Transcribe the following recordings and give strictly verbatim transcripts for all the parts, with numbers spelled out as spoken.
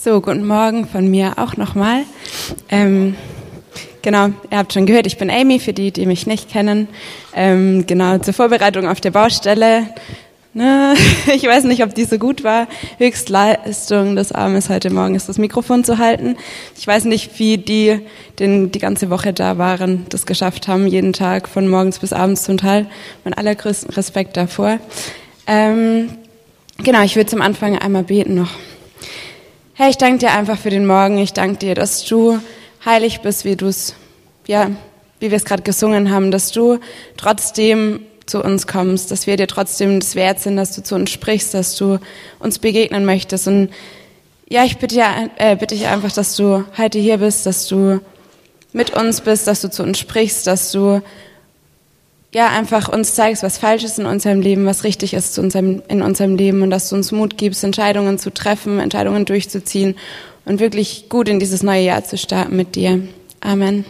So, guten Morgen von mir auch nochmal. Ähm, genau, ihr habt schon gehört, ich bin Amy, für die, die mich nicht kennen. Ähm, genau, zur Vorbereitung auf der Baustelle. Na, ich weiß nicht, ob die so gut war. Höchstleistung des Abends heute Morgen ist, das Mikrofon zu halten. Ich weiß nicht, wie die den, die ganze Woche da waren, das geschafft haben, jeden Tag von morgens bis abends zum Teil. Mein allergrößten Respekt davor. Ähm, genau, ich würde zum Anfang einmal beten noch. Herr, ich danke dir einfach für den Morgen. Ich danke dir, dass du heilig bist, wie du es, ja, wie wir es gerade gesungen haben, dass du trotzdem zu uns kommst, dass wir dir trotzdem das wert sind, dass du zu uns sprichst, dass du uns begegnen möchtest. Und ja, ich bitte, äh, bitte dich einfach, dass du heute hier bist, dass du mit uns bist, dass du zu uns sprichst, dass du ja einfach uns zeigst, was falsch ist in unserem Leben, was richtig ist zu unserem, in unserem Leben und dass du uns Mut gibst, Entscheidungen zu treffen, Entscheidungen durchzuziehen und wirklich gut in dieses neue Jahr zu starten mit dir. Amen.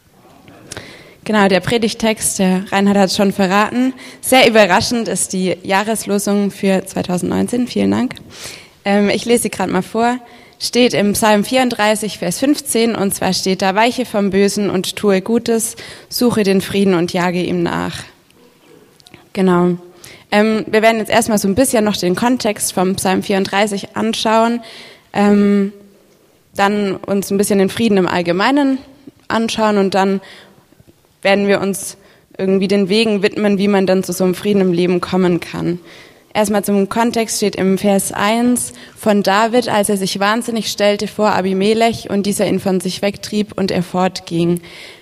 Genau, der Predigtext, der Reinhard hat es schon verraten. Sehr überraschend ist die Jahreslosung für zwanzig neunzehn. Vielen Dank. Ähm, ich lese sie gerade mal vor. Steht im Psalm vierunddreißig, Vers fünfzehn, und zwar steht da: Weiche vom Bösen und tue Gutes, suche den Frieden und jage ihm nach. Genau. Ähm, wir werden jetzt erstmal so ein bisschen noch den Kontext vom Psalm vierunddreißig anschauen, ähm, dann uns ein bisschen den Frieden im Allgemeinen anschauen und dann werden wir uns irgendwie den Wegen widmen, wie man dann zu so einem Frieden im Leben kommen kann. Erstmal zum Kontext steht im Vers eins von David, als er sich wahnsinnig stellte vor Abimelech und dieser ihn von sich wegtrieb und er fortging.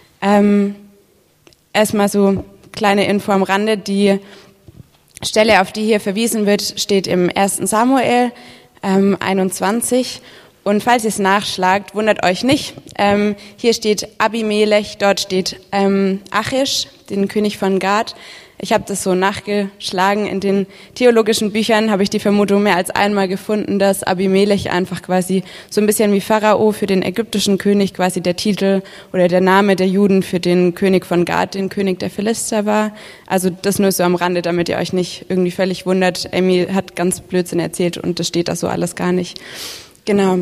Ähm, erstmal so kleine Info am Rande. Die Stelle, auf die hier verwiesen wird, steht im ersten Samuel ähm, einundzwanzig. Und falls ihr es nachschlagt, wundert euch nicht. Ähm, hier steht Abimelech, dort steht ähm, Achish, den König von Gad. Ich habe das so nachgeschlagen. In den theologischen Büchern habe ich die Vermutung mehr als einmal gefunden, dass Abimelech einfach quasi so ein bisschen wie Pharao für den ägyptischen König quasi der Titel oder der Name der Juden für den König von Gad, den König der Philister war. Also das nur so am Rande, damit ihr euch nicht irgendwie völlig wundert. Amy hat ganz Blödsinn erzählt und das steht da so alles gar nicht. Genau.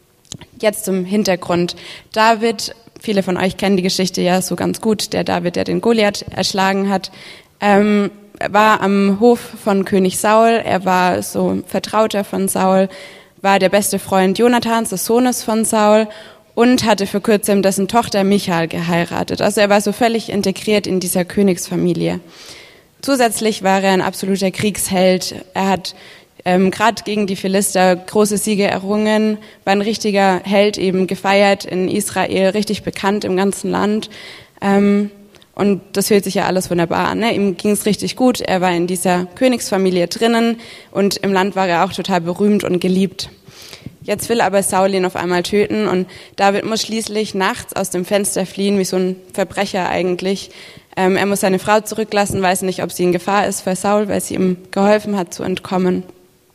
Jetzt zum Hintergrund. David, viele von euch kennen die Geschichte ja so ganz gut, der David, der den Goliath erschlagen hat, ähm, war am Hof von König Saul, er war so Vertrauter von Saul, war der beste Freund Jonathans, des Sohnes von Saul, und hatte vor kurzem dessen Tochter Michal geheiratet. Also er war so völlig integriert in dieser Königsfamilie. Zusätzlich war er ein absoluter Kriegsheld. Er hat Ähm, gerade gegen die Philister große Siege errungen, war ein richtiger Held, eben gefeiert in Israel, richtig bekannt im ganzen Land. Ähm, und das hört sich ja alles wunderbar an. Ne? Ihm ging es richtig gut, er war in dieser Königsfamilie drinnen und im Land war er auch total berühmt und geliebt. Jetzt will aber Saul ihn auf einmal töten und David muss schließlich nachts aus dem Fenster fliehen, wie so ein Verbrecher eigentlich. Ähm, er muss seine Frau zurücklassen, weiß nicht, ob sie in Gefahr ist für Saul, weil sie ihm geholfen hat zu entkommen.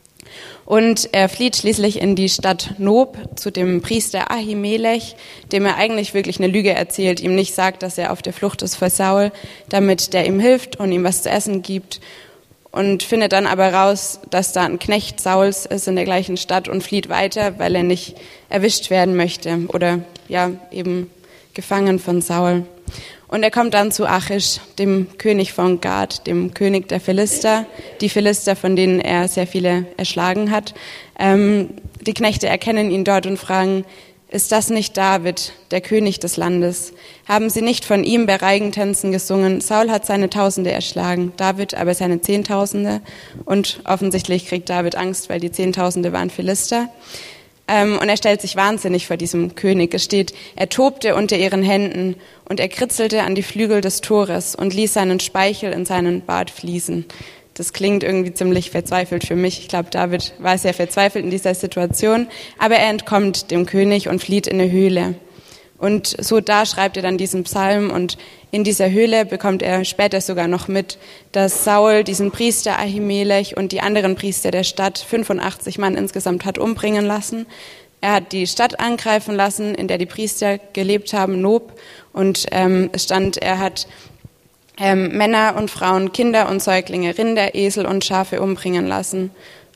Und er flieht schließlich in die Stadt Nob zu dem Priester Ahimelech, dem er eigentlich wirklich eine Lüge erzählt, ihm nicht sagt, dass er auf der Flucht ist vor Saul, damit der ihm hilft und ihm was zu essen gibt. Und findet dann aber raus, dass da ein Knecht Sauls ist in der gleichen Stadt und flieht weiter, weil er nicht erwischt werden möchte oder ja eben gefangen von Saul. Und er kommt dann zu Achish, dem König von Gad, dem König der Philister, die Philister, von denen er sehr viele erschlagen hat. Ähm, die Knechte erkennen ihn dort und fragen: Ist das nicht David, der König des Landes? Haben sie nicht von ihm bei Reigentänzen gesungen? Saul hat seine Tausende erschlagen, David aber seine Zehntausende. Und offensichtlich kriegt David Angst, weil die Zehntausende waren Philister. Ähm, und er stellt sich wahnsinnig vor diesem König. Es steht, er tobte unter ihren Händen und er kritzelte an die Flügel des Tores und ließ seinen Speichel in seinen Bart fließen. Das klingt irgendwie ziemlich verzweifelt für mich. Ich glaube, David war sehr verzweifelt in dieser Situation, aber er entkommt dem König und flieht in eine Höhle. Und so da schreibt er dann diesen Psalm und in dieser Höhle bekommt er später sogar noch mit, dass Saul diesen Priester Ahimelech und die anderen Priester der Stadt, fünfundachtzig Mann insgesamt, hat umbringen lassen. Er hat die Stadt angreifen lassen, in der die Priester gelebt haben, Nob. Und ähm, es stand, er hat ähm, Männer und Frauen, Kinder und Säuglinge, Rinder, Esel und Schafe umbringen lassen.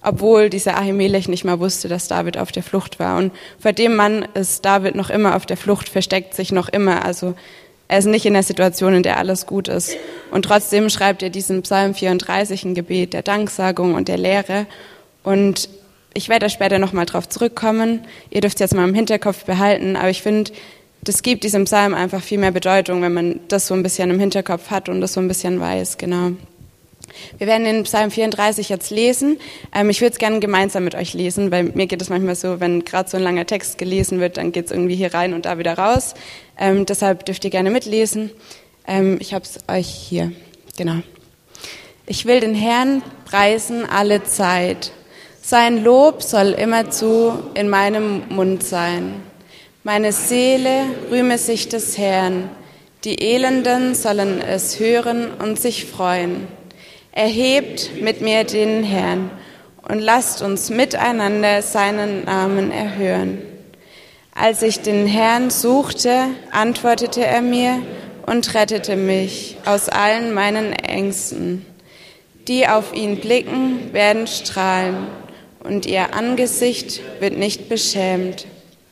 obwohl dieser Ahimelech nicht mal wusste, dass David auf der Flucht war. Und vor dem Mann ist David noch immer auf der Flucht, versteckt sich noch immer. Also er ist nicht in der Situation, in der alles gut ist. Und trotzdem schreibt er diesen Psalm vierunddreißig, ein Gebet der Danksagung und der Lehre. Und ich werde da später nochmal drauf zurückkommen. Ihr dürft es jetzt mal im Hinterkopf behalten. Aber ich finde, das gibt diesem Psalm einfach viel mehr Bedeutung, wenn man das so ein bisschen im Hinterkopf hat und das so ein bisschen weiß, genau. Wir werden den Psalm vierunddreißig jetzt lesen. Ähm, ich würde es gerne gemeinsam mit euch lesen, weil mir geht es manchmal so, wenn gerade so ein langer Text gelesen wird, dann geht es irgendwie hier rein und da wieder raus. Ähm, deshalb dürft ihr gerne mitlesen. Ähm, ich habe es euch hier, genau. Ich will den Herrn preisen alle Zeit. Sein Lob soll immerzu in meinem Mund sein. Meine Seele rühme sich des Herrn. Die Elenden sollen es hören und sich freuen. Erhebt mit mir den Herrn und lasst uns miteinander seinen Namen erhören. Als ich den Herrn suchte, antwortete er mir und rettete mich aus allen meinen Ängsten. Die auf ihn blicken, werden strahlen und ihr Angesicht wird nicht beschämt.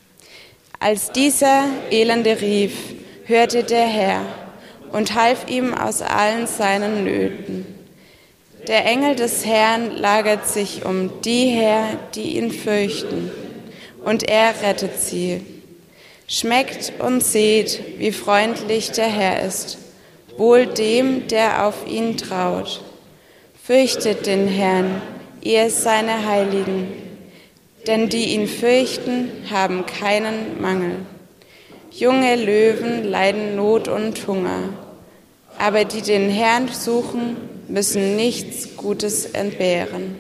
Als dieser Elende rief, hörte der Herr und half ihm aus allen seinen Nöten. Der Engel des Herrn lagert sich um die her, die ihn fürchten, und er rettet sie. Schmeckt und seht, wie freundlich der Herr ist, wohl dem, der auf ihn traut. Fürchtet den Herrn, ihr seine Heiligen, denn die ihn fürchten, haben keinen Mangel. Junge Löwen leiden Not und Hunger, aber die den Herrn suchen, müssen nichts Gutes entbehren.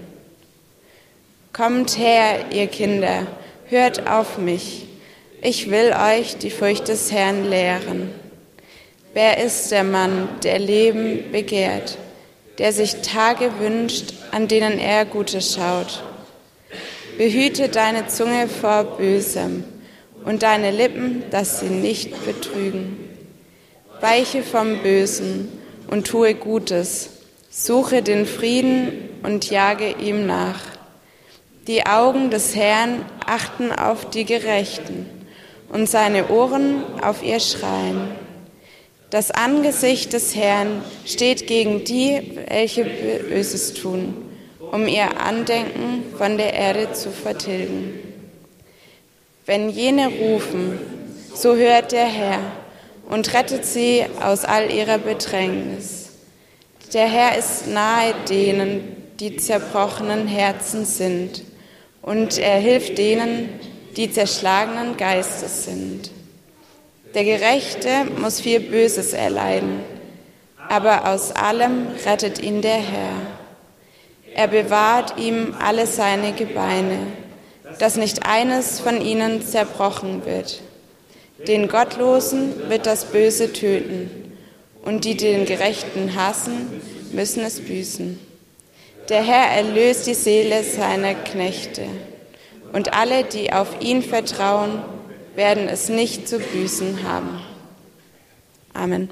Kommt her, ihr Kinder, hört auf mich. Ich will euch die Furcht des Herrn lehren. Wer ist der Mann, der Leben begehrt, der sich Tage wünscht, an denen er Gutes schaut? Behüte deine Zunge vor Bösem und deine Lippen, dass sie nicht betrügen. Weiche vom Bösen und tue Gutes. Suche den Frieden und jage ihm nach. Die Augen des Herrn achten auf die Gerechten und seine Ohren auf ihr Schreien. Das Angesicht des Herrn steht gegen die, welche Böses tun, um ihr Andenken von der Erde zu vertilgen. Wenn jene rufen, so hört der Herr und rettet sie aus all ihrer Bedrängnis. Der Herr ist nahe denen, die zerbrochenen Herzen sind, und er hilft denen, die zerschlagenen Geistes sind. Der Gerechte muss viel Böses erleiden, aber aus allem rettet ihn der Herr. Er bewahrt ihm alle seine Gebeine, dass nicht eines von ihnen zerbrochen wird. Den Gottlosen wird das Böse töten, und die den Gerechten hassen, müssen es büßen. Der Herr erlöst die Seele seiner Knechte, und alle, die auf ihn vertrauen, werden es nicht zu büßen haben. Amen.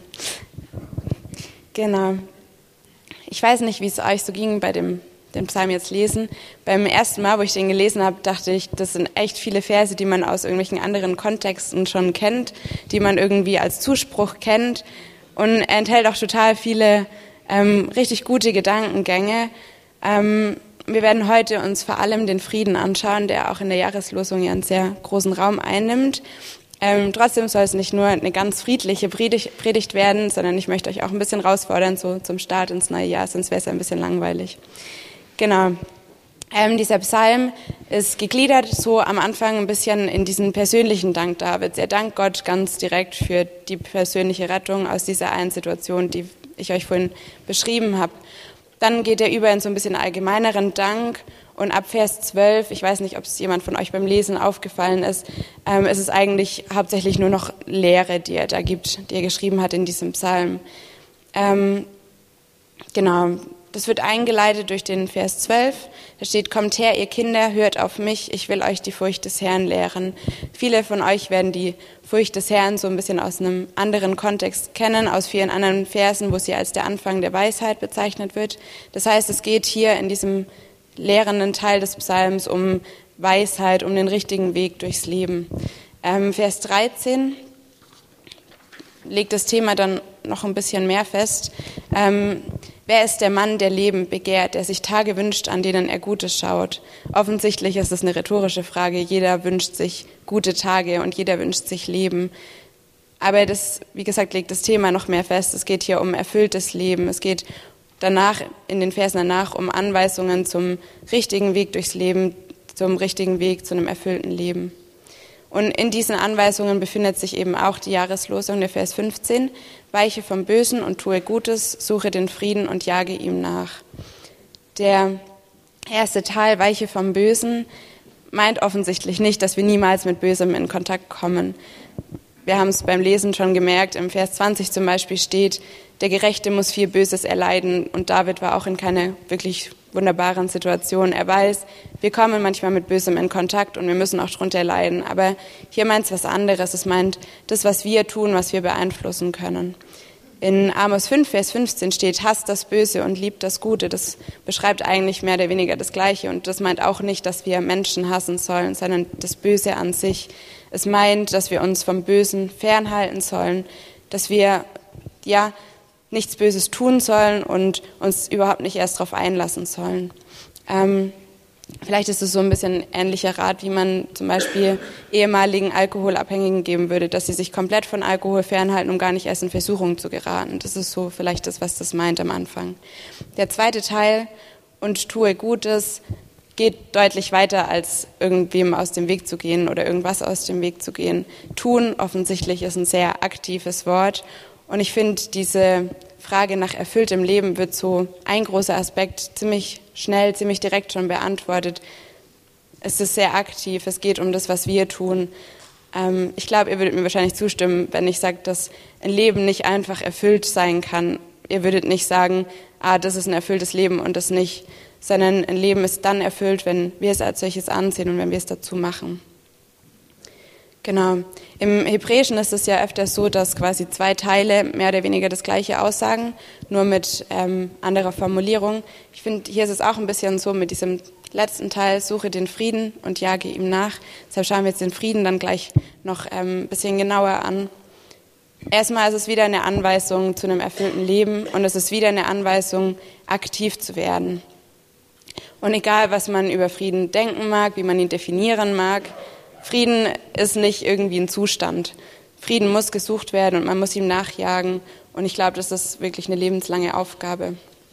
Genau. Ich weiß nicht, wie es euch so ging bei dem, dem Psalm jetzt lesen. Beim ersten Mal, wo ich den gelesen habe, dachte ich, das sind echt viele Verse, die man aus irgendwelchen anderen Kontexten schon kennt, die man irgendwie als Zuspruch kennt. Und er enthält auch total viele ähm, richtig gute Gedankengänge. Ähm, wir werden heute uns vor allem den Frieden anschauen, der auch in der Jahreslosung ja einen sehr großen Raum einnimmt. Ähm, trotzdem soll es nicht nur eine ganz friedliche Predigt, Predigt werden, sondern ich möchte euch auch ein bisschen herausfordern, so zum Start ins neue Jahr, sonst wäre es ein bisschen langweilig. Genau. Ähm, dieser Psalm ist gegliedert so am Anfang ein bisschen in diesen persönlichen Dank Davids. Er dankt Gott ganz direkt für die persönliche Rettung aus dieser einen Situation, die ich euch vorhin beschrieben habe. Dann geht er über in so ein bisschen allgemeineren Dank und ab Vers zwölf, ich weiß nicht, ob es jemand von euch beim Lesen aufgefallen ist, ähm, ist es eigentlich hauptsächlich nur noch Lehre, die er da gibt, die er geschrieben hat in diesem Psalm. Ähm, genau. Das wird eingeleitet durch den Vers zwölf. Da steht, kommt her, ihr Kinder, hört auf mich, ich will euch die Furcht des Herrn lehren. Viele von euch werden die Furcht des Herrn so ein bisschen aus einem anderen Kontext kennen, aus vielen anderen Versen, wo sie als der Anfang der Weisheit bezeichnet wird. Das heißt, es geht hier in diesem lehrenden Teil des Psalms um Weisheit, um den richtigen Weg durchs Leben. Ähm, Vers dreizehn legt das Thema dann noch ein bisschen mehr fest. Ähm, wer ist der Mann, der Leben begehrt, der sich Tage wünscht, an denen er Gutes schaut? Offensichtlich ist es eine rhetorische Frage. Jeder wünscht sich gute Tage und jeder wünscht sich Leben. Aber das, wie gesagt, legt das Thema noch mehr fest. Es geht hier um erfülltes Leben. Es geht danach, in den Versen danach, um Anweisungen zum richtigen Weg durchs Leben, zum richtigen Weg zu einem erfüllten Leben. Und in diesen Anweisungen befindet sich eben auch die Jahreslosung, der Vers fünfzehn. Weiche vom Bösen und tue Gutes, suche den Frieden und jage ihm nach. Der erste Teil, weiche vom Bösen, meint offensichtlich nicht, dass wir niemals mit Bösem in Kontakt kommen. Wir haben es beim Lesen schon gemerkt, im Vers zwanzig zum Beispiel steht, der Gerechte muss viel Böses erleiden, und David war auch in keiner wirklich wunderbaren Situation. Er weiß, wir kommen manchmal mit Bösem in Kontakt und wir müssen auch drunter leiden. Aber hier meint es was anderes. Es meint das, was wir tun, was wir beeinflussen können. In Amos fünf, Vers fünfzehn steht, hasst das Böse und liebt das Gute. Das beschreibt eigentlich mehr oder weniger das Gleiche. Und das meint auch nicht, dass wir Menschen hassen sollen, sondern das Böse an sich. Es meint, dass wir uns vom Bösen fernhalten sollen, dass wir ja nichts Böses tun sollen und uns überhaupt nicht erst darauf einlassen sollen. Ähm, vielleicht ist es so ein bisschen ein ähnlicher Rat, wie man zum Beispiel ehemaligen Alkoholabhängigen geben würde, dass sie sich komplett von Alkohol fernhalten, um gar nicht erst in Versuchung zu geraten. Das ist so vielleicht das, was das meint am Anfang. Der zweite Teil, und tue Gutes, geht deutlich weiter, als irgendwem aus dem Weg zu gehen oder irgendwas aus dem Weg zu gehen. Tun, offensichtlich, ist ein sehr aktives Wort. Und ich finde, diese Frage nach erfülltem Leben wird so ein großer Aspekt ziemlich schnell, ziemlich direkt schon beantwortet. Es ist sehr aktiv, es geht um das, was wir tun. Ähm, ich glaube, ihr würdet mir wahrscheinlich zustimmen, wenn ich sage, dass ein Leben nicht einfach erfüllt sein kann. Ihr würdet nicht sagen, ah, das ist ein erfülltes Leben und das nicht, sondern ein Leben ist dann erfüllt, wenn wir es als solches ansehen und wenn wir es dazu machen. Genau. Im Hebräischen ist es ja öfter so, dass quasi zwei Teile mehr oder weniger das Gleiche aussagen, nur mit ähm, anderer Formulierung. Ich finde, hier ist es auch ein bisschen so mit diesem letzten Teil, suche den Frieden und jage ihm nach. Deshalb schauen wir jetzt den Frieden dann gleich noch ähm, ein bisschen genauer an. Erstmal ist es wieder eine Anweisung zu einem erfüllten Leben und es ist wieder eine Anweisung, aktiv zu werden. Und egal, was man über Frieden denken mag, wie man ihn definieren mag, Frieden ist nicht irgendwie ein Zustand. Frieden muss gesucht werden und man muss ihm nachjagen. Und ich glaube, das ist wirklich eine lebenslange Aufgabe.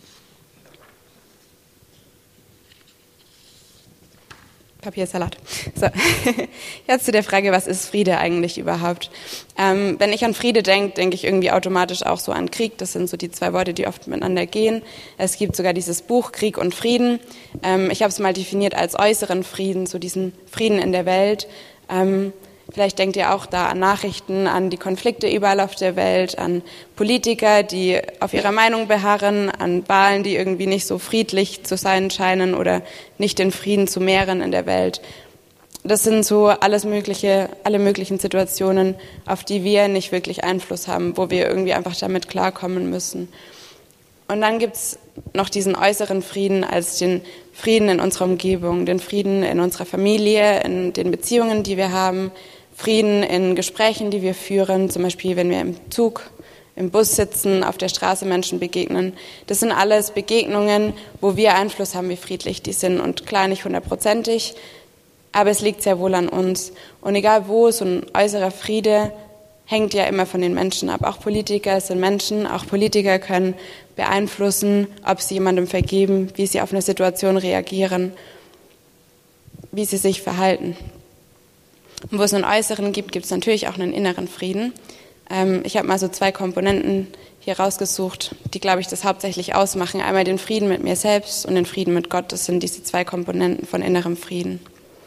Papiersalat. So. Jetzt zu der Frage, was ist Friede eigentlich überhaupt? Ähm, wenn ich an Friede denke, denke ich irgendwie automatisch auch so an Krieg. Das sind so die zwei Worte, die oft miteinander gehen. Es gibt sogar dieses Buch Krieg und Frieden. Ähm, ich habe es mal definiert als äußeren Frieden, so diesen Frieden in der Welt. Ähm, Vielleicht denkt ihr auch da an Nachrichten, an die Konflikte überall auf der Welt, an Politiker, die auf ihrer Meinung beharren, an Wahlen, die irgendwie nicht so friedlich zu sein scheinen oder nicht den Frieden zu mehren in der Welt. Das sind so alles mögliche, alle möglichen Situationen, auf die wir nicht wirklich Einfluss haben, wo wir irgendwie einfach damit klarkommen müssen. Und dann gibt's noch diesen äußeren Frieden als den Frieden in unserer Umgebung, den Frieden in unserer Familie, in den Beziehungen, die wir haben, Frieden in Gesprächen, die wir führen, zum Beispiel, wenn wir im Zug, im Bus sitzen, auf der Straße Menschen begegnen. Das sind alles Begegnungen, wo wir Einfluss haben, wie friedlich die sind. Und klar, nicht hundertprozentig, aber es liegt sehr wohl an uns. Und egal wo, so ein äußerer Friede hängt ja immer von den Menschen ab. Auch Politiker sind Menschen, auch Politiker können beeinflussen, ob sie jemandem vergeben, wie sie auf eine Situation reagieren, wie sie sich verhalten. Und wo es einen äußeren gibt, gibt es natürlich auch einen inneren Frieden. Ähm, ich habe mal so zwei Komponenten hier rausgesucht, die, glaube ich, das hauptsächlich ausmachen. Einmal den Frieden mit mir selbst und den Frieden mit Gott. Das sind diese zwei Komponenten von innerem Frieden.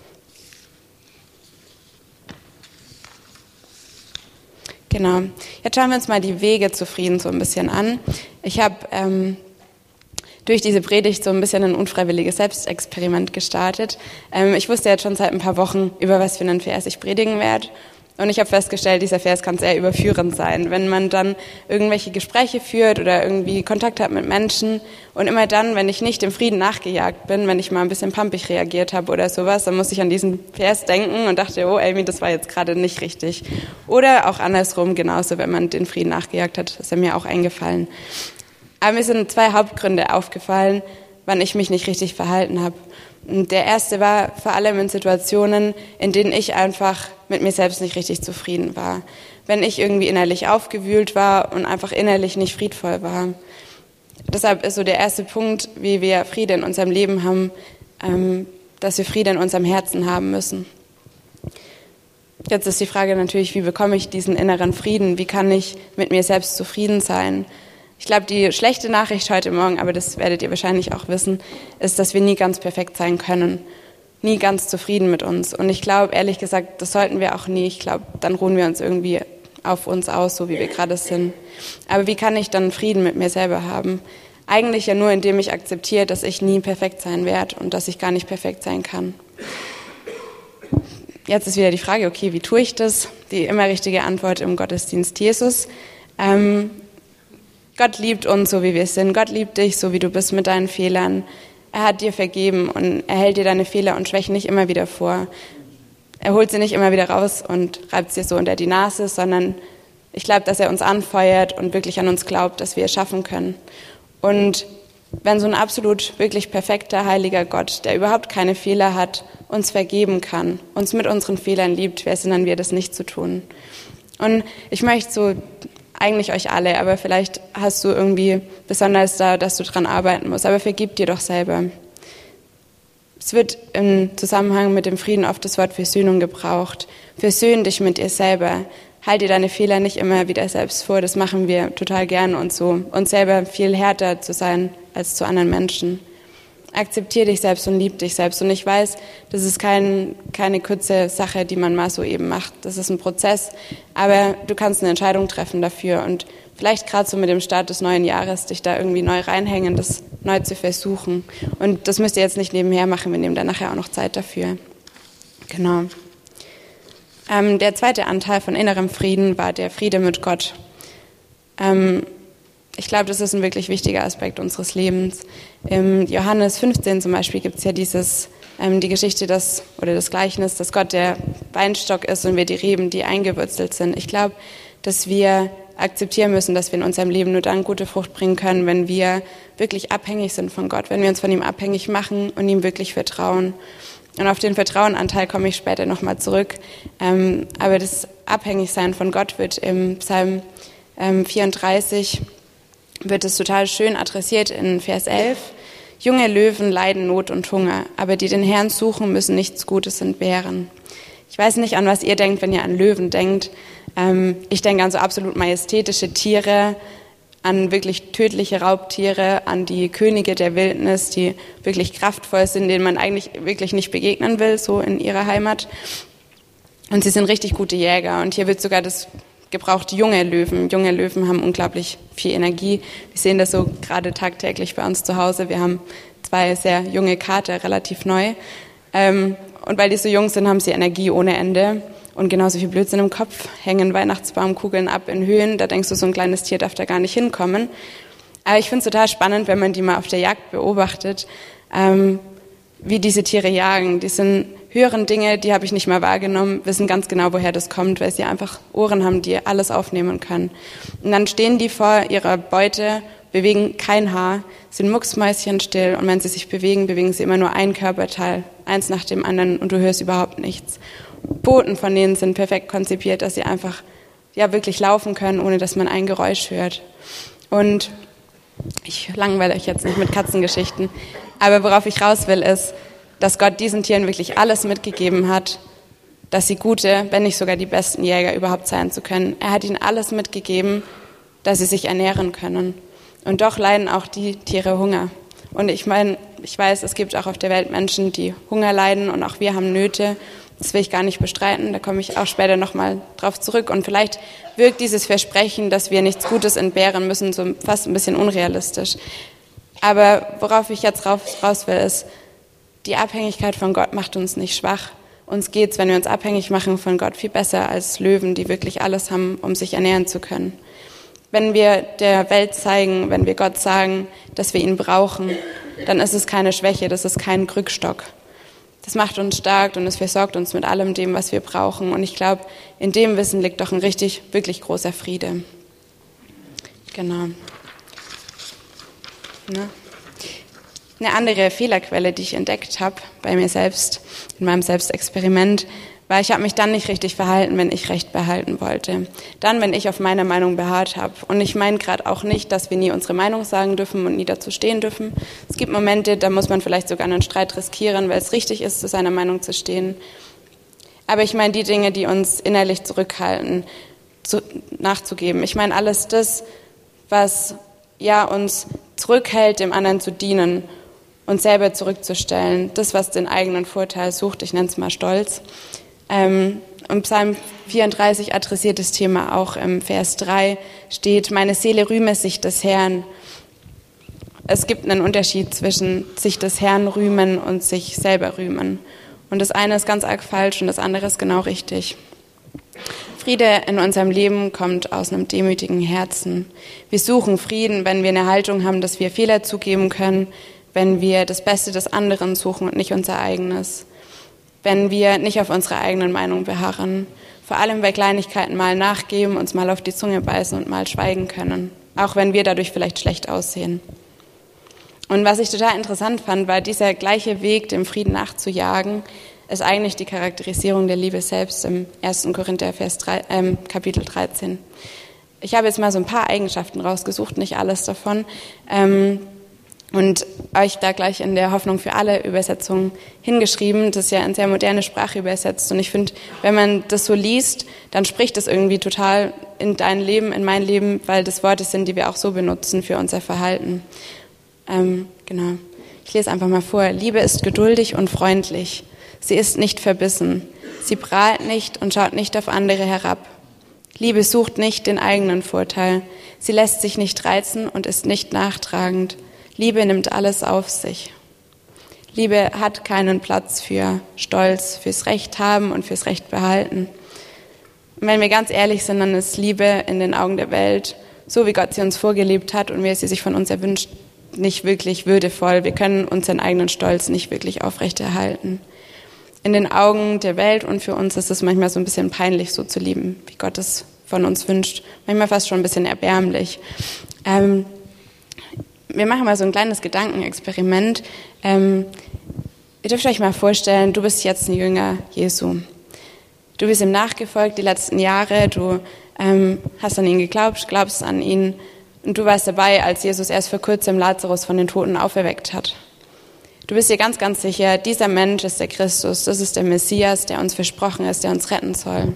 Genau. Jetzt schauen wir uns mal die Wege zu Frieden so ein bisschen an. Ich habe ähm, durch diese Predigt so ein bisschen ein unfreiwilliges Selbstexperiment gestartet. Ähm, ich wusste jetzt schon seit ein paar Wochen, über was für einen Vers ich predigen werde. Und ich habe festgestellt, dieser Vers kann sehr überführend sein, wenn man dann irgendwelche Gespräche führt oder irgendwie Kontakt hat mit Menschen und immer dann, wenn ich nicht dem Frieden nachgejagt bin, wenn ich mal ein bisschen pampig reagiert habe oder sowas, dann muss ich an diesen Vers denken und dachte, oh Amy, das war jetzt gerade nicht richtig. Oder auch andersrum genauso, wenn man den Frieden nachgejagt hat, ist er mir auch eingefallen. Aber mir sind zwei Hauptgründe aufgefallen, wann ich mich nicht richtig verhalten habe. Und der erste war vor allem in Situationen, in denen ich einfach mit mir selbst nicht richtig zufrieden war. Wenn ich irgendwie innerlich aufgewühlt war und einfach innerlich nicht friedvoll war. Deshalb ist so der erste Punkt, wie wir Friede in unserem Leben haben, ähm, dass wir Friede in unserem Herzen haben müssen. Jetzt ist die Frage natürlich, wie bekomme ich diesen inneren Frieden? Wie kann ich mit mir selbst zufrieden sein? Ich glaube, die schlechte Nachricht heute Morgen, aber das werdet ihr wahrscheinlich auch wissen, ist, dass wir nie ganz perfekt sein können. Nie ganz zufrieden mit uns. Und ich glaube, ehrlich gesagt, das sollten wir auch nie. Ich glaube, dann ruhen wir uns irgendwie auf uns aus, so wie wir gerade sind. Aber wie kann ich dann Frieden mit mir selber haben? Eigentlich ja nur, indem ich akzeptiere, dass ich nie perfekt sein werde und dass ich gar nicht perfekt sein kann. Jetzt ist wieder die Frage, okay, wie tue ich das? Die immer richtige Antwort im Gottesdienst: Jesus. Ähm, Gott liebt uns, so wie wir sind. Gott liebt dich, so wie du bist mit deinen Fehlern. Er hat dir vergeben und er hält dir deine Fehler und Schwächen nicht immer wieder vor. Er holt sie nicht immer wieder raus und reibt sie so unter die Nase, sondern ich glaube, dass er uns anfeuert und wirklich an uns glaubt, dass wir es schaffen können. Und wenn so ein absolut wirklich perfekter, heiliger Gott, der überhaupt keine Fehler hat, uns vergeben kann, uns mit unseren Fehlern liebt, wer sind dann wir, das nicht zu tun? Und ich möchte so eigentlich euch alle, aber vielleicht hast du irgendwie besonders da, dass du dran arbeiten musst, aber vergib dir doch selber. Es wird im Zusammenhang mit dem Frieden oft das Wort Versöhnung gebraucht. Versöhn dich mit dir selber. Halt dir deine Fehler nicht immer wieder selbst vor, das machen wir total gern und so. Uns selber viel härter zu sein als zu anderen Menschen. Akzeptier dich selbst und lieb dich selbst. Und ich weiß, das ist kein, keine kurze Sache, die man mal so eben macht. Das ist ein Prozess, aber du kannst eine Entscheidung treffen dafür und vielleicht gerade so mit dem Start des neuen Jahres dich da irgendwie neu reinhängen, das neu zu versuchen. Und das müsst ihr jetzt nicht nebenher machen, wir nehmen da nachher auch noch Zeit dafür. Genau. Ähm, der zweite Anteil von innerem Frieden war der Friede mit Gott. Ähm, Ich glaube, das ist ein wirklich wichtiger Aspekt unseres Lebens. Im Johannes fünfzehn zum Beispiel gibt es ja dieses, ähm, die Geschichte, dass, oder das Gleichnis, dass Gott der Weinstock ist und wir die Reben, die eingewurzelt sind. Ich glaube, dass wir akzeptieren müssen, dass wir in unserem Leben nur dann gute Frucht bringen können, wenn wir wirklich abhängig sind von Gott, wenn wir uns von ihm abhängig machen und ihm wirklich vertrauen. Und auf den Vertrauenanteil komme ich später nochmal zurück. Ähm, aber das Abhängigsein von Gott wird im Psalm ähm, vierunddreißig wird es total schön adressiert in Vers elf. Junge Löwen leiden Not und Hunger, aber die den Herrn suchen, müssen nichts Gutes entbehren. Ich weiß nicht, an was ihr denkt, wenn ihr an Löwen denkt. Ähm, ich denke an so absolut majestätische Tiere, an wirklich tödliche Raubtiere, an die Könige der Wildnis, die wirklich kraftvoll sind, denen man eigentlich wirklich nicht begegnen will, so in ihrer Heimat. Und sie sind richtig gute Jäger. Und hier wird sogar das gebraucht junge Löwen. Junge Löwen haben unglaublich viel Energie. Wir sehen das so gerade tagtäglich bei uns zu Hause. Wir haben zwei sehr junge Kater, relativ neu. Ähm, und weil die so jung sind, haben sie Energie ohne Ende und genauso viel Blödsinn im Kopf, hängen Weihnachtsbaumkugeln ab in Höhen. Da denkst du, so ein kleines Tier darf da gar nicht hinkommen. Aber ich finde es total spannend, wenn man die mal auf der Jagd beobachtet, ähm, wie diese Tiere jagen. Die sind höheren Dinge, die habe ich nicht mehr wahrgenommen, wissen ganz genau, woher das kommt, weil sie einfach Ohren haben, die alles aufnehmen können. Und dann stehen die vor ihrer Beute, bewegen kein Haar, sind mucksmäuschenstill und wenn sie sich bewegen, bewegen sie immer nur ein Körperteil, eins nach dem anderen und du hörst überhaupt nichts. Boten von denen sind perfekt konzipiert, dass sie einfach ja wirklich laufen können, ohne dass man ein Geräusch hört. Und ich langweile euch jetzt nicht mit Katzengeschichten, aber worauf ich raus will, ist, dass Gott diesen Tieren wirklich alles mitgegeben hat, dass sie gute, wenn nicht sogar die besten Jäger überhaupt sein zu können. Er hat ihnen alles mitgegeben, dass sie sich ernähren können. Und doch leiden auch die Tiere Hunger. Und ich meine, ich weiß, es gibt auch auf der Welt Menschen, die Hunger leiden und auch wir haben Nöte. Das will ich gar nicht bestreiten, da komme ich auch später nochmal drauf zurück. Und vielleicht wirkt dieses Versprechen, dass wir nichts Gutes entbehren müssen, so fast ein bisschen unrealistisch. Aber worauf ich jetzt raus, raus will, ist, die Abhängigkeit von Gott macht uns nicht schwach uns geht's, wenn wir uns abhängig machen von Gott, viel besser als Löwen, die wirklich alles haben, um sich ernähren zu können. Wenn wir der Welt zeigen, wenn wir Gott sagen, dass wir ihn brauchen, dann ist es keine Schwäche, das ist kein Krückstock. Das macht uns stark und es versorgt uns mit allem dem, was wir brauchen. Und ich glaube, in dem Wissen liegt doch ein richtig, wirklich großer Friede. Genau. Ne? Eine andere Fehlerquelle, die ich entdeckt habe bei mir selbst, in meinem Selbstexperiment, war, ich habe mich dann nicht richtig verhalten, wenn ich Recht behalten wollte. Dann, wenn ich auf meiner Meinung beharrt habe. Und ich meine gerade auch nicht, dass wir nie unsere Meinung sagen dürfen und nie dazu stehen dürfen. Es gibt Momente, da muss man vielleicht sogar einen Streit riskieren, weil es richtig ist, zu seiner Meinung zu stehen. Aber ich meine die Dinge, die uns innerlich zurückhalten, zu, nachzugeben. Ich meine alles das, was ja uns zurückhält, dem anderen zu dienen, uns selber zurückzustellen. Das, was den eigenen Vorteil sucht, ich nenne es mal Stolz. Ähm, und Psalm vierunddreißig adressiert das Thema auch. Im Vers drei steht, meine Seele rühme sich des Herrn. Es gibt einen Unterschied zwischen sich des Herrn rühmen und sich selber rühmen. Und das eine ist ganz arg falsch und das andere ist genau richtig. Friede in unserem Leben kommt aus einem demütigen Herzen. Wir suchen Frieden, wenn wir eine Haltung haben, dass wir Fehler zugeben können, wenn wir das Beste des anderen suchen und nicht unser eigenes. Wenn wir nicht auf unsere eigenen Meinung beharren, vor allem bei Kleinigkeiten mal nachgeben, uns mal auf die Zunge beißen und mal schweigen können, auch wenn wir dadurch vielleicht schlecht aussehen. Und was ich total interessant fand, war dieser gleiche Weg, dem Frieden nachzujagen, ist eigentlich die Charakterisierung der Liebe selbst im ersten Korinther Vers drei, äh, Kapitel dreizehn. Ich habe jetzt mal so ein paar Eigenschaften rausgesucht, nicht alles davon, ähm, und euch da gleich in der Hoffnung für alle Übersetzung hingeschrieben. Das ist ja eine sehr moderne Sprache übersetzt. Und ich finde, wenn man das so liest, dann spricht das irgendwie total in dein Leben, in mein Leben, weil das Worte sind, die wir auch so benutzen für unser Verhalten. Ähm, genau. Ich lese einfach mal vor. Liebe ist geduldig und freundlich. Sie ist nicht verbissen. Sie prahlt nicht und schaut nicht auf andere herab. Liebe sucht nicht den eigenen Vorteil. Sie lässt sich nicht reizen und ist nicht nachtragend. Liebe nimmt alles auf sich. Liebe hat keinen Platz für Stolz, fürs Recht haben und fürs Recht behalten. Und wenn wir ganz ehrlich sind, dann ist Liebe in den Augen der Welt, so wie Gott sie uns vorgelebt hat und wie er sie sich von uns erwünscht, nicht wirklich würdevoll. Wir können unseren eigenen Stolz nicht wirklich aufrechterhalten. In den Augen der Welt und für uns ist es manchmal so ein bisschen peinlich, so zu lieben, wie Gott es von uns wünscht. Manchmal fast schon ein bisschen erbärmlich. Ähm, Wir machen mal so ein kleines Gedankenexperiment. Ähm, ihr dürft euch mal vorstellen, du bist jetzt ein Jünger Jesu. Du bist ihm nachgefolgt die letzten Jahre, du ähm, hast an ihn geglaubt, glaubst an ihn und du warst dabei, als Jesus erst vor kurzem Lazarus von den Toten auferweckt hat. Du bist dir ganz, ganz sicher, dieser Mensch ist der Christus, das ist der Messias, der uns versprochen ist, der uns retten soll.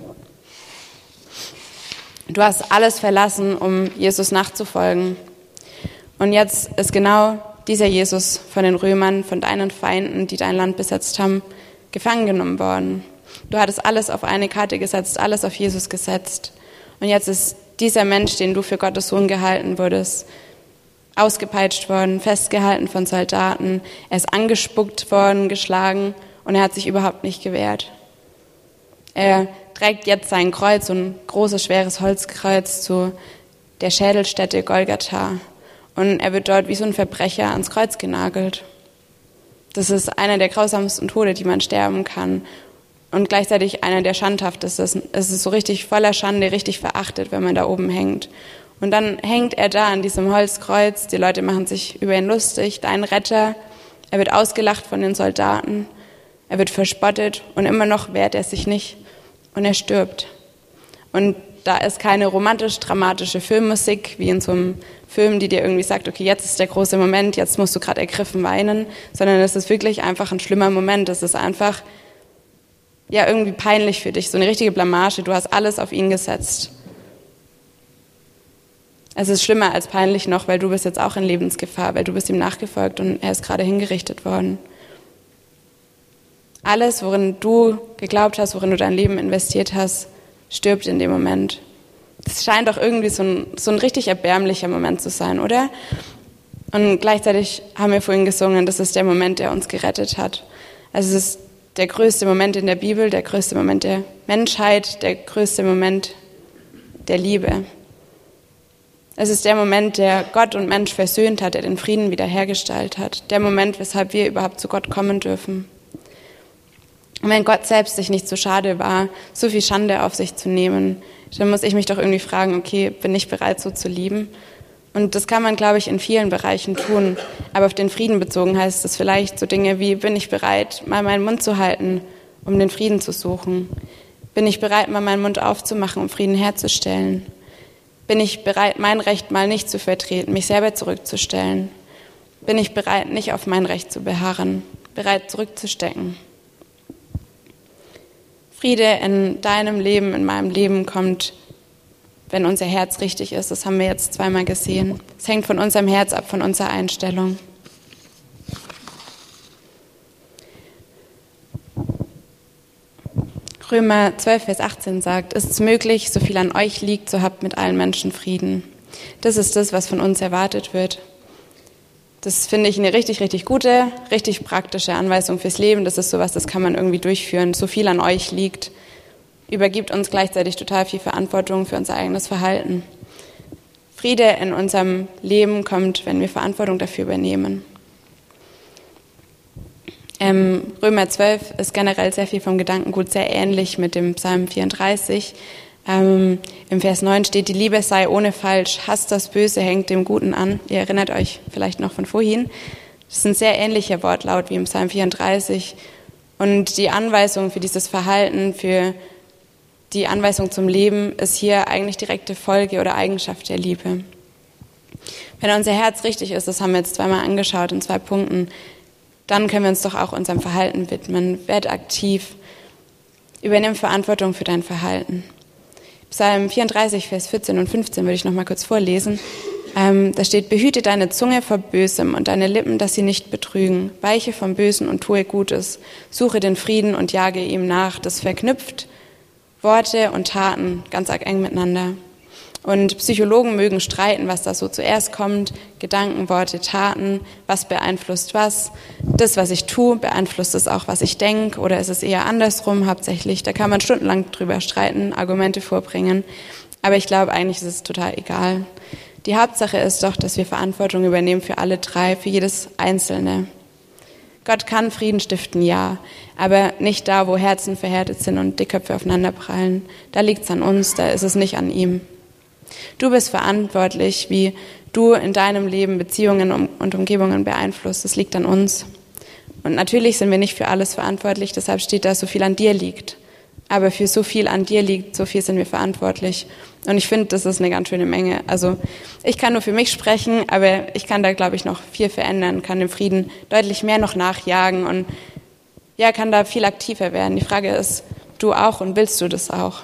Du hast alles verlassen, um Jesus nachzufolgen. Und jetzt ist genau dieser Jesus von den Römern, von deinen Feinden, die dein Land besetzt haben, gefangen genommen worden. Du hattest alles auf eine Karte gesetzt, alles auf Jesus gesetzt. Und jetzt ist dieser Mensch, den du für Gottes Sohn gehalten wurdest, ausgepeitscht worden, festgehalten von Soldaten. Er ist angespuckt worden, geschlagen und er hat sich überhaupt nicht gewehrt. Er trägt jetzt sein Kreuz, so ein großes, schweres Holzkreuz zu der Schädelstätte Golgatha. Und er wird dort wie so ein Verbrecher ans Kreuz genagelt. Das ist einer der grausamsten Tode, die man sterben kann. Und gleichzeitig einer der schandhaftesten. Es ist so richtig voller Schande, richtig verachtet, wenn man da oben hängt. Und dann hängt er da an diesem Holzkreuz. Die Leute machen sich über ihn lustig. Dein Retter. Er wird ausgelacht von den Soldaten. Er wird verspottet. Und immer noch wehrt er sich nicht. Und er stirbt. Und da ist keine romantisch-dramatische Filmmusik, wie in so einem Film, die dir irgendwie sagt, okay, jetzt ist der große Moment, jetzt musst du gerade ergriffen weinen, sondern es ist wirklich einfach ein schlimmer Moment. Es ist einfach ja irgendwie peinlich für dich, so eine richtige Blamage. Du hast alles auf ihn gesetzt. Es ist schlimmer als peinlich noch, weil du bist jetzt auch in Lebensgefahr, weil du bist ihm nachgefolgt und er ist gerade hingerichtet worden. Alles, worin du geglaubt hast, worin du dein Leben investiert hast, stirbt in dem Moment. Das scheint doch irgendwie so ein, so ein richtig erbärmlicher Moment zu sein, oder? Und gleichzeitig haben wir vorhin gesungen, das ist der Moment, der uns gerettet hat. Also es ist der größte Moment in der Bibel, der größte Moment der Menschheit, der größte Moment der Liebe. Es ist der Moment, der Gott und Mensch versöhnt hat, der den Frieden wiederhergestellt hat. Der Moment, weshalb wir überhaupt zu Gott kommen dürfen. Und wenn Gott selbst sich nicht so schade war, so viel Schande auf sich zu nehmen, dann muss ich mich doch irgendwie fragen, okay, bin ich bereit, so zu lieben? Und das kann man, glaube ich, in vielen Bereichen tun. Aber auf den Frieden bezogen heißt es vielleicht so Dinge wie, bin ich bereit, mal meinen Mund zu halten, um den Frieden zu suchen? Bin ich bereit, mal meinen Mund aufzumachen, um Frieden herzustellen? Bin ich bereit, mein Recht mal nicht zu vertreten, mich selber zurückzustellen? Bin ich bereit, nicht auf mein Recht zu beharren, bereit zurückzustecken? Friede in deinem Leben, in meinem Leben kommt, wenn unser Herz richtig ist. Das haben wir jetzt zweimal gesehen. Es hängt von unserem Herz ab, von unserer Einstellung. Römer zwölf, Vers achtzehn sagt, ist es möglich, so viel an euch liegt, so habt mit allen Menschen Frieden. Das ist das, was von uns erwartet wird. Das finde ich eine richtig, richtig gute, richtig praktische Anweisung fürs Leben. Das ist sowas, das kann man irgendwie durchführen. So viel an euch liegt, übergibt uns gleichzeitig total viel Verantwortung für unser eigenes Verhalten. Friede in unserem Leben kommt, wenn wir Verantwortung dafür übernehmen. Ähm, Römer zwölf ist generell sehr viel vom Gedankengut sehr ähnlich mit dem Psalm vierunddreißig. Ähm, Im Vers neun steht, die Liebe sei ohne Falsch, hasst das Böse, hängt dem Guten an. Ihr erinnert euch vielleicht noch von vorhin. Das ist ein sehr ähnlicher Wortlaut wie im Psalm vierunddreißig. Und die Anweisung für dieses Verhalten, für die Anweisung zum Leben ist hier eigentlich direkte Folge oder Eigenschaft der Liebe. Wenn unser Herz richtig ist, das haben wir jetzt zweimal angeschaut in zwei Punkten, dann können wir uns doch auch unserem Verhalten widmen. Werd aktiv. Übernimm Verantwortung für dein Verhalten. Psalm vierunddreißig, Vers vierzehn und fünfzehn würde ich noch mal kurz vorlesen. Ähm, da steht, behüte deine Zunge vor Bösem und deine Lippen, dass sie nicht betrügen. Weiche vom Bösen und tue Gutes. Suche den Frieden und jage ihm nach. Das verknüpft Worte und Taten ganz arg eng miteinander. Und Psychologen mögen streiten, was da so zuerst kommt. Gedanken, Worte, Taten, was beeinflusst was. Das, was ich tue, beeinflusst es auch, was ich denke. Oder ist es eher andersrum hauptsächlich? Da kann man stundenlang drüber streiten, Argumente vorbringen. Aber ich glaube, eigentlich ist es total egal. Die Hauptsache ist doch, dass wir Verantwortung übernehmen für alle drei, für jedes Einzelne. Gott kann Frieden stiften, ja, aber nicht da, wo Herzen verhärtet sind und die Köpfe aufeinanderprallen. Da liegt es an uns, da ist es nicht an ihm. Du bist verantwortlich, wie du in deinem Leben Beziehungen und Umgebungen beeinflusst. Das liegt an uns. Und natürlich sind wir nicht für alles verantwortlich, deshalb steht da, so viel an dir liegt. Aber für so viel an dir liegt, so viel sind wir verantwortlich. Und ich finde, das ist eine ganz schöne Menge. Also ich kann nur für mich sprechen, aber ich kann da, glaube ich, noch viel verändern, kann dem Frieden deutlich mehr noch nachjagen und ja, kann da viel aktiver werden. Die Frage ist, du auch und willst du das auch?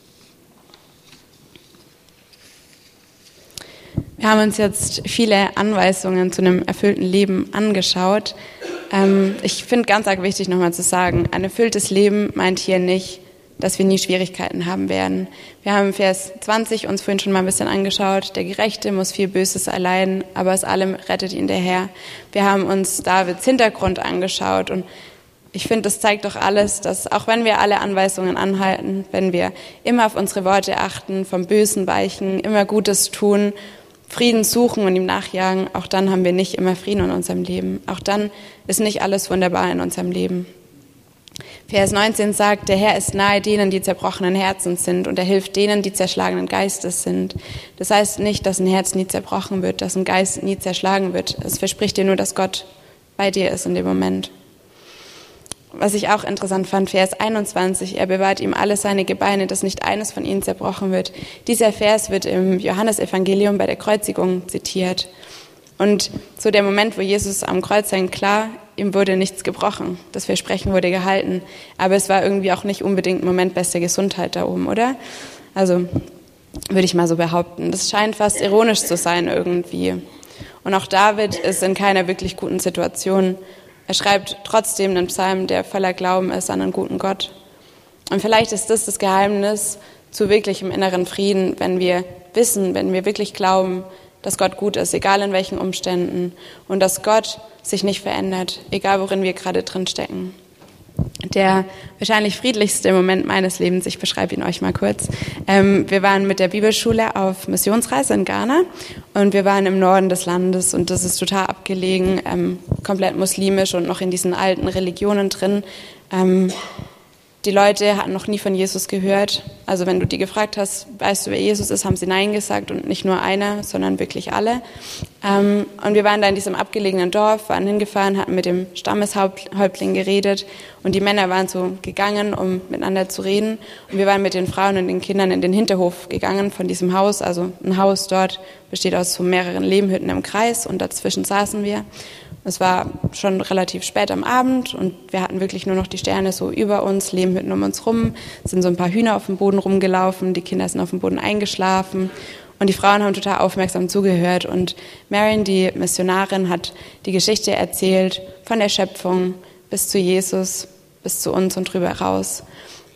Wir haben uns jetzt viele Anweisungen zu einem erfüllten Leben angeschaut. Ähm, ich finde ganz arg wichtig, nochmal zu sagen, ein erfülltes Leben meint hier nicht, dass wir nie Schwierigkeiten haben werden. Wir haben Vers zwanzig uns vorhin schon mal ein bisschen angeschaut. Der Gerechte muss viel Böses erleiden, aber aus allem rettet ihn der Herr. Wir haben uns Davids Hintergrund angeschaut und ich finde, das zeigt doch alles, dass auch wenn wir alle Anweisungen anhalten, wenn wir immer auf unsere Worte achten, vom Bösen weichen, immer Gutes tun, Frieden suchen und ihm nachjagen, auch dann haben wir nicht immer Frieden in unserem Leben. Auch dann ist nicht alles wunderbar in unserem Leben. Vers neunzehn sagt, der Herr ist nahe denen, die zerbrochenen Herzens sind und er hilft denen, die zerschlagenen Geistes sind. Das heißt nicht, dass ein Herz nie zerbrochen wird, dass ein Geist nie zerschlagen wird. Es verspricht dir nur, dass Gott bei dir ist in dem Moment. Was ich auch interessant fand, Vers einundzwanzig, er bewahrt ihm alle seine Gebeine, dass nicht eines von ihnen zerbrochen wird. Dieser Vers wird im Johannesevangelium bei der Kreuzigung zitiert. Und so der Moment, wo Jesus am Kreuz hängt, klar, ihm wurde nichts gebrochen. Das Versprechen wurde gehalten. Aber es war irgendwie auch nicht unbedingt ein Moment bester Gesundheit da oben, oder? Also würde ich mal so behaupten. Das scheint fast ironisch zu sein irgendwie. Und auch David ist in keiner wirklich guten Situation. Er schreibt trotzdem einen Psalm, der voller Glauben ist an einen guten Gott. Und vielleicht ist das das Geheimnis zu wirklichem inneren Frieden, wenn wir wissen, wenn wir wirklich glauben, dass Gott gut ist, egal in welchen Umständen. Und dass Gott sich nicht verändert, egal worin wir gerade drin stecken. der wahrscheinlich friedlichste Moment meines Lebens. Ich beschreibe ihn euch mal kurz. Ähm, wir waren mit der Bibelschule auf Missionsreise in Ghana und wir waren im Norden des Landes und das ist total abgelegen, ähm, komplett muslimisch und noch in diesen alten Religionen drin. Ähm, Die Leute hatten noch nie von Jesus gehört. Also wenn du die gefragt hast, weißt du, wer Jesus ist, haben sie Nein gesagt und nicht nur einer, sondern wirklich alle. Ähm, und wir waren da in diesem abgelegenen Dorf, waren hingefahren, hatten mit dem Stammeshäuptling geredet und die Männer waren so gegangen, um miteinander zu reden. Und wir waren mit den Frauen und den Kindern in den Hinterhof gegangen von diesem Haus. Also ein Haus dort besteht aus so mehreren Lehmhütten im Kreis und dazwischen saßen wir. Es war schon relativ spät am Abend und wir hatten wirklich nur noch die Sterne so über uns, Lehmhütten um uns rum, es sind so ein paar Hühner auf dem Boden rumgelaufen, die Kinder sind auf dem Boden eingeschlafen und die Frauen haben total aufmerksam zugehört. Und Marion, die Missionarin, hat die Geschichte erzählt von der Schöpfung bis zu Jesus, bis zu uns und drüber raus.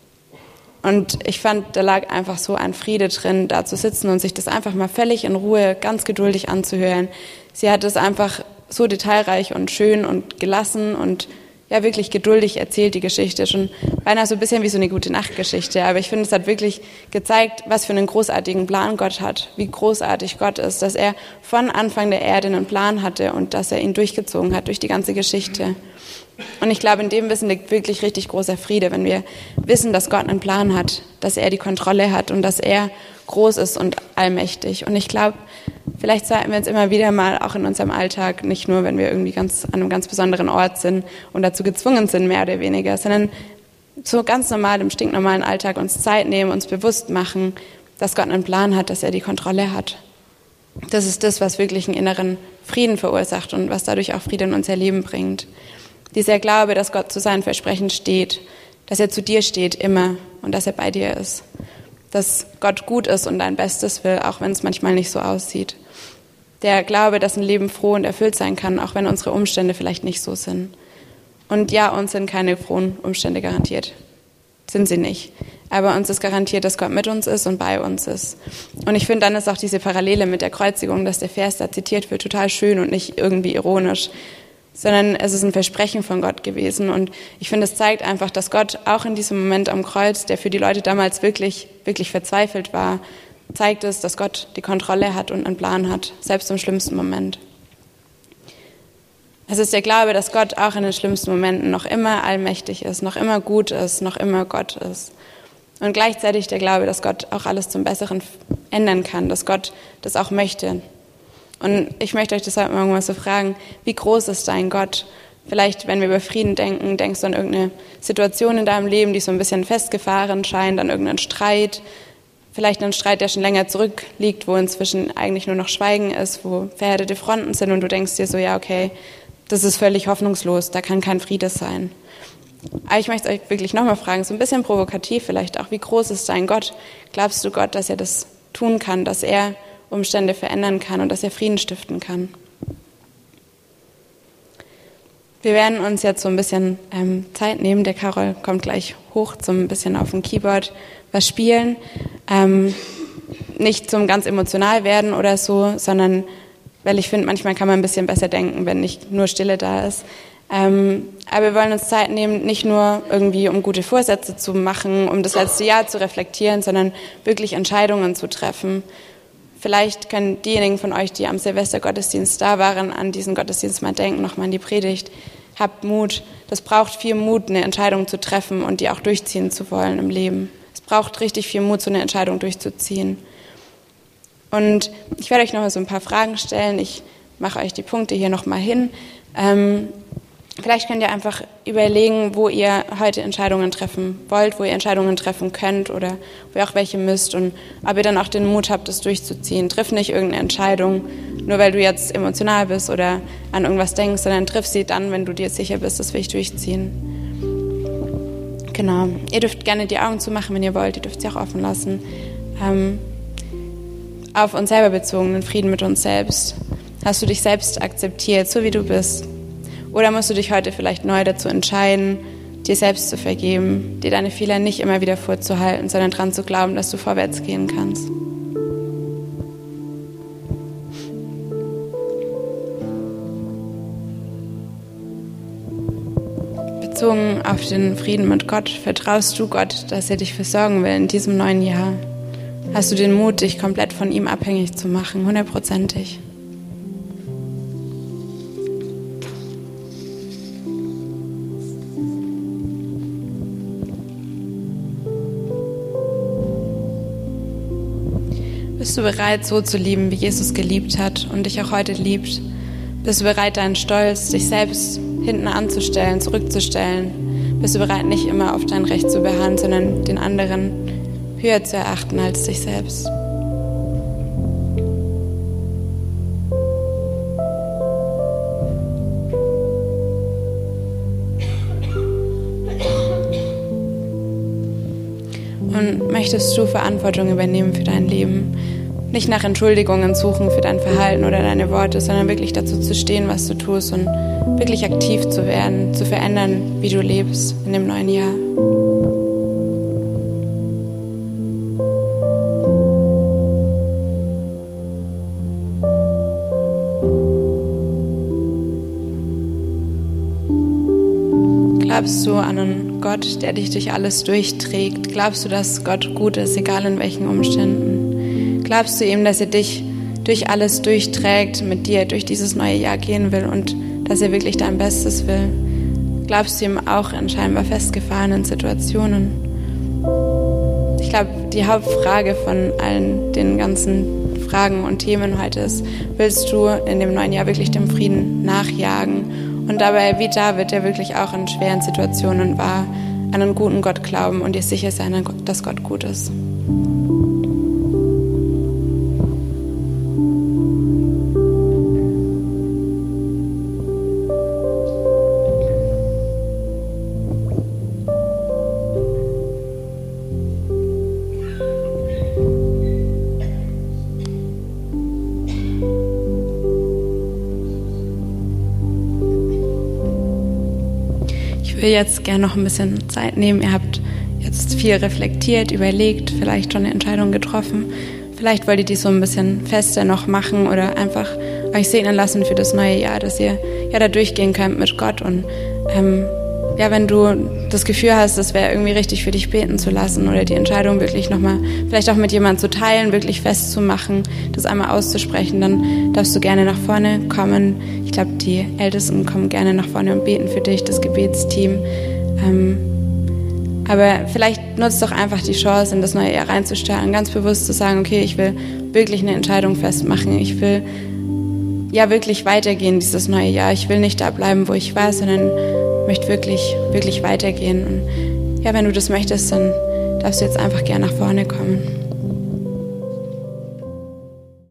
Und ich fand, da lag einfach so ein Friede drin, da zu sitzen und sich das einfach mal völlig in Ruhe, ganz geduldig anzuhören. Sie hat es einfach so detailreich und schön und gelassen und ja wirklich geduldig erzählt, die Geschichte. Schon beinahe so ein bisschen wie so eine Gute-Nacht-Geschichte. Aber ich finde, es hat wirklich gezeigt, was für einen großartigen Plan Gott hat, wie großartig Gott ist, dass er von Anfang der Erde einen Plan hatte und dass er ihn durchgezogen hat durch die ganze Geschichte. Und ich glaube, in dem Wissen liegt wirklich richtig großer Friede, wenn wir wissen, dass Gott einen Plan hat, dass er die Kontrolle hat und dass er groß ist und allmächtig. Und ich glaube, vielleicht sollten wir uns immer wieder mal auch in unserem Alltag, nicht nur, wenn wir irgendwie ganz an einem ganz besonderen Ort sind und dazu gezwungen sind, mehr oder weniger, sondern so ganz normal im stinknormalen Alltag uns Zeit nehmen, uns bewusst machen, dass Gott einen Plan hat, dass er die Kontrolle hat. Das ist das, was wirklich einen inneren Frieden verursacht und was dadurch auch Frieden in unser Leben bringt. Dieser Glaube, dass Gott zu seinen Versprechen steht, dass er zu dir steht immer und dass er bei dir ist. Dass Gott gut ist und dein Bestes will, auch wenn es manchmal nicht so aussieht. Der Glaube, dass ein Leben froh und erfüllt sein kann, auch wenn unsere Umstände vielleicht nicht so sind. Und ja, uns sind keine frohen Umstände garantiert. Sind sie nicht. Aber uns ist garantiert, dass Gott mit uns ist und bei uns ist. Und ich finde, dann ist auch diese Parallele mit der Kreuzigung, dass der Vers da zitiert wird, total schön und nicht irgendwie ironisch, sondern es ist ein Versprechen von Gott gewesen. Und ich finde, es zeigt einfach, dass Gott auch in diesem Moment am Kreuz, der für die Leute damals wirklich, wirklich verzweifelt war, zeigt es, dass Gott die Kontrolle hat und einen Plan hat, selbst im schlimmsten Moment. Es ist der Glaube, dass Gott auch in den schlimmsten Momenten noch immer allmächtig ist, noch immer gut ist, noch immer Gott ist. Und gleichzeitig der Glaube, dass Gott auch alles zum Besseren ändern kann, dass Gott das auch möchte. Und ich möchte euch deshalb mal so fragen, wie groß ist dein Gott? Vielleicht, wenn wir über Frieden denken, denkst du an irgendeine Situation in deinem Leben, die so ein bisschen festgefahren scheint, an irgendeinen Streit, vielleicht einen Streit, der schon länger zurückliegt, wo inzwischen eigentlich nur noch Schweigen ist, wo verhärtete Fronten sind und du denkst dir so, ja, okay, das ist völlig hoffnungslos, da kann kein Friede sein. Aber ich möchte euch wirklich nochmal fragen, so ein bisschen provokativ vielleicht auch, wie groß ist dein Gott? Glaubst du Gott, dass er das tun kann, dass er Umstände verändern kann und dass er Frieden stiften kann? Wir werden uns jetzt so ein bisschen ähm, Zeit nehmen. Der Carol kommt gleich hoch zum ein bisschen auf dem Keyboard was spielen. Ähm, nicht zum ganz emotional werden oder so, sondern weil ich finde, manchmal kann man ein bisschen besser denken, wenn nicht nur Stille da ist. Ähm, aber wir wollen uns Zeit nehmen, nicht nur irgendwie, um gute Vorsätze zu machen, um das letzte Jahr zu reflektieren, sondern wirklich Entscheidungen zu treffen. Vielleicht können diejenigen von euch, die am Silvestergottesdienst da waren, an diesen Gottesdienst mal denken, nochmal an die Predigt. Habt Mut. Das braucht viel Mut, eine Entscheidung zu treffen und die auch durchziehen zu wollen im Leben. Es braucht richtig viel Mut, so eine Entscheidung durchzuziehen. Und ich werde euch noch mal so ein paar Fragen stellen. Ich mache euch die Punkte hier noch mal hin. Ähm, vielleicht könnt ihr einfach überlegen, wo ihr heute Entscheidungen treffen wollt, wo ihr Entscheidungen treffen könnt oder wo ihr auch welche müsst und ob ihr dann auch den Mut habt, das durchzuziehen. Triff nicht irgendeine Entscheidung, nur weil du jetzt emotional bist oder an irgendwas denkst, sondern triff sie dann, wenn du dir sicher bist, das will ich durchziehen. Genau. Ihr dürft gerne die Augen zumachen, wenn ihr wollt. Ihr dürft sie auch offen lassen. Ähm, auf uns selber bezogenen Frieden mit uns selbst. Hast du dich selbst akzeptiert, so wie du bist? Oder musst du dich heute vielleicht neu dazu entscheiden, dir selbst zu vergeben, dir deine Fehler nicht immer wieder vorzuhalten, sondern daran zu glauben, dass du vorwärts gehen kannst? bezogen auf den Frieden mit Gott, vertraust du Gott, dass er dich versorgen will in diesem neuen Jahr? Hast du den Mut, dich komplett von ihm abhängig zu machen, hundertprozentig? Bist du bereit, so zu lieben, wie Jesus geliebt hat und dich auch heute liebt? Bist du bereit, deinen Stolz, dich selbst hinten anzustellen, zurückzustellen? Bist du bereit, nicht immer auf dein Recht zu beharren, sondern den anderen höher zu erachten als dich selbst? Und möchtest du Verantwortung übernehmen für dein Leben? Nicht nach Entschuldigungen suchen für dein Verhalten oder deine Worte, sondern wirklich dazu zu stehen, was du tust und wirklich aktiv zu werden, zu verändern, wie du lebst in dem neuen Jahr. Glaubst du an einen Gott, der dich durch alles durchträgt? Glaubst du, dass Gott gut ist, egal in welchen Umständen? Glaubst du ihm, dass er dich durch alles durchträgt, mit dir durch dieses neue Jahr gehen will und dass er wirklich dein Bestes will? Glaubst du ihm auch in scheinbar festgefahrenen Situationen? Ich glaube, die Hauptfrage von allen den ganzen Fragen und Themen heute ist, willst du in dem neuen Jahr wirklich dem Frieden nachjagen? Und dabei, wie David, der wirklich auch in schweren Situationen war, an einen guten Gott glauben und dir sicher sein, dass Gott gut ist. Ich will jetzt gerne noch ein bisschen Zeit nehmen. Ihr habt jetzt viel reflektiert, überlegt, vielleicht schon eine Entscheidung getroffen. Vielleicht wollt ihr die so ein bisschen fester noch machen oder einfach euch segnen lassen für das neue Jahr, dass ihr ja da durchgehen könnt mit Gott. Und ähm, ja, wenn du das Gefühl hast, es wäre irgendwie richtig für dich beten zu lassen oder die Entscheidung wirklich nochmal, vielleicht auch mit jemandem zu teilen, wirklich festzumachen, das einmal auszusprechen, dann darfst du gerne nach vorne kommen. Ich glaube, die Ältesten kommen gerne nach vorne und beten für dich, das Gebetsteam. Ähm, aber vielleicht nutzt doch einfach die Chance, in das neue Jahr reinzustarten, ganz bewusst zu sagen, okay, ich will wirklich eine Entscheidung festmachen. Ich will ja wirklich weitergehen dieses neue Jahr. Ich will nicht da bleiben, wo ich war, sondern möchte wirklich, wirklich weitergehen. Und ja, wenn du das möchtest, dann darfst du jetzt einfach gerne nach vorne kommen.